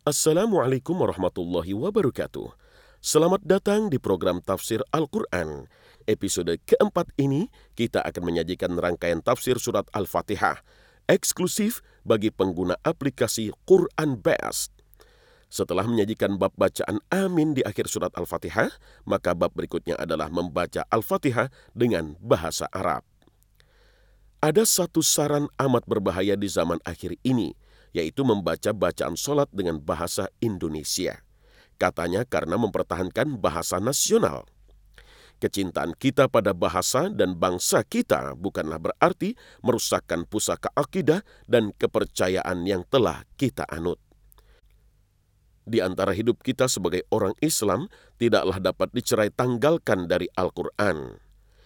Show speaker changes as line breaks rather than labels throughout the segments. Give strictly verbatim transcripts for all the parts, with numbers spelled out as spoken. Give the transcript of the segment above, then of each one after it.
Assalamualaikum warahmatullahi wabarakatuh. Selamat datang di program Tafsir Al-Quran. Episode keempat ini kita akan menyajikan rangkaian tafsir surat Al-Fatihah, eksklusif bagi pengguna aplikasi Quran Best. Setelah menyajikan bab bacaan amin di akhir surat Al-Fatihah, maka bab berikutnya adalah membaca Al-Fatihah dengan bahasa Arab. Ada satu saran amat berbahaya di zaman akhir ini, yaitu membaca bacaan sholat dengan bahasa Indonesia. Katanya karena mempertahankan bahasa nasional. Kecintaan kita pada bahasa dan bangsa kita bukanlah berarti merusakkan pusaka akidah dan kepercayaan yang telah kita anut. Di antara hidup kita sebagai orang Islam, tidaklah dapat dicerai tanggalkan dari Al-Quran.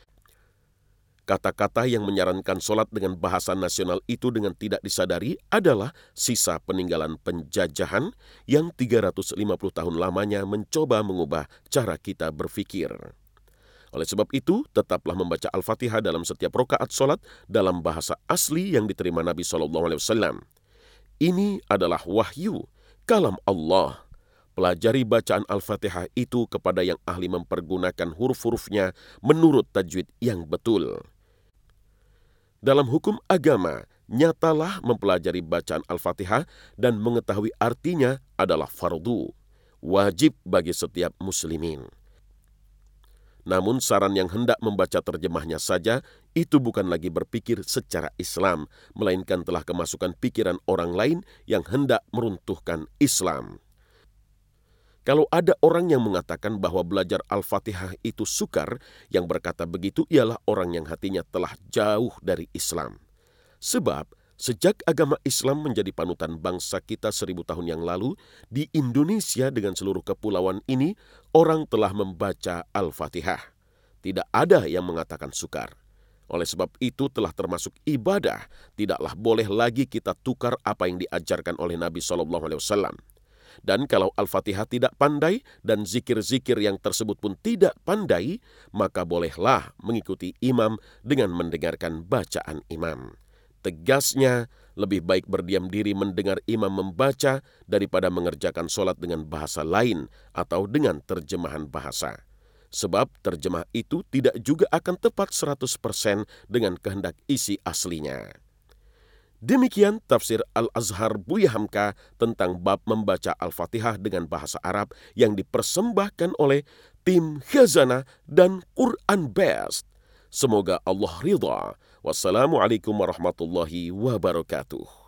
Kata-kata yang menyarankan sholat dengan bahasa nasional itu dengan tidak disadari adalah sisa peninggalan penjajahan yang tiga ratus lima puluh tahun lamanya mencoba mengubah cara kita berpikir. Oleh sebab itu, tetaplah membaca Al-Fatihah dalam setiap rakaat sholat dalam bahasa asli yang diterima Nabi shallallahu alaihi wasallam. Ini adalah wahyu, kalam Allah. Pelajari bacaan Al-Fatihah itu kepada yang ahli mempergunakan huruf-hurufnya menurut tajwid yang betul. Dalam hukum agama, nyatalah mempelajari bacaan Al-Fatihah dan mengetahui artinya adalah fardu, wajib bagi setiap muslimin. Namun saran yang hendak membaca terjemahnya saja, itu bukan lagi berpikir secara Islam, melainkan telah kemasukan pikiran orang lain yang hendak meruntuhkan Islam. Kalau ada orang yang mengatakan bahwa belajar Al-Fatihah itu sukar, yang berkata begitu ialah orang yang hatinya telah jauh dari Islam. Sebab, sejak agama Islam menjadi panutan bangsa kita seribu tahun yang lalu, di Indonesia dengan seluruh kepulauan ini, orang telah membaca Al-Fatihah. Tidak ada yang mengatakan sukar. Oleh sebab itu telah termasuk ibadah, tidaklah boleh lagi kita tukar apa yang diajarkan oleh Nabi shallallahu alaihi wasallam. Dan kalau Al-Fatihah tidak pandai dan zikir-zikir yang tersebut pun tidak pandai, maka bolehlah mengikuti imam dengan mendengarkan bacaan imam. Tegasnya, lebih baik berdiam diri mendengar imam membaca daripada mengerjakan sholat dengan bahasa lain atau dengan terjemahan bahasa. Sebab terjemah itu tidak juga akan tepat seratus persen dengan kehendak isi aslinya. Demikian tafsir Al-Azhar Buya Hamka tentang bab membaca Al-Fatihah dengan bahasa Arab yang dipersembahkan oleh tim Khazanah dan Quran Best. Semoga Allah ridha. Wassalamualaikum warahmatullahi wabarakatuh.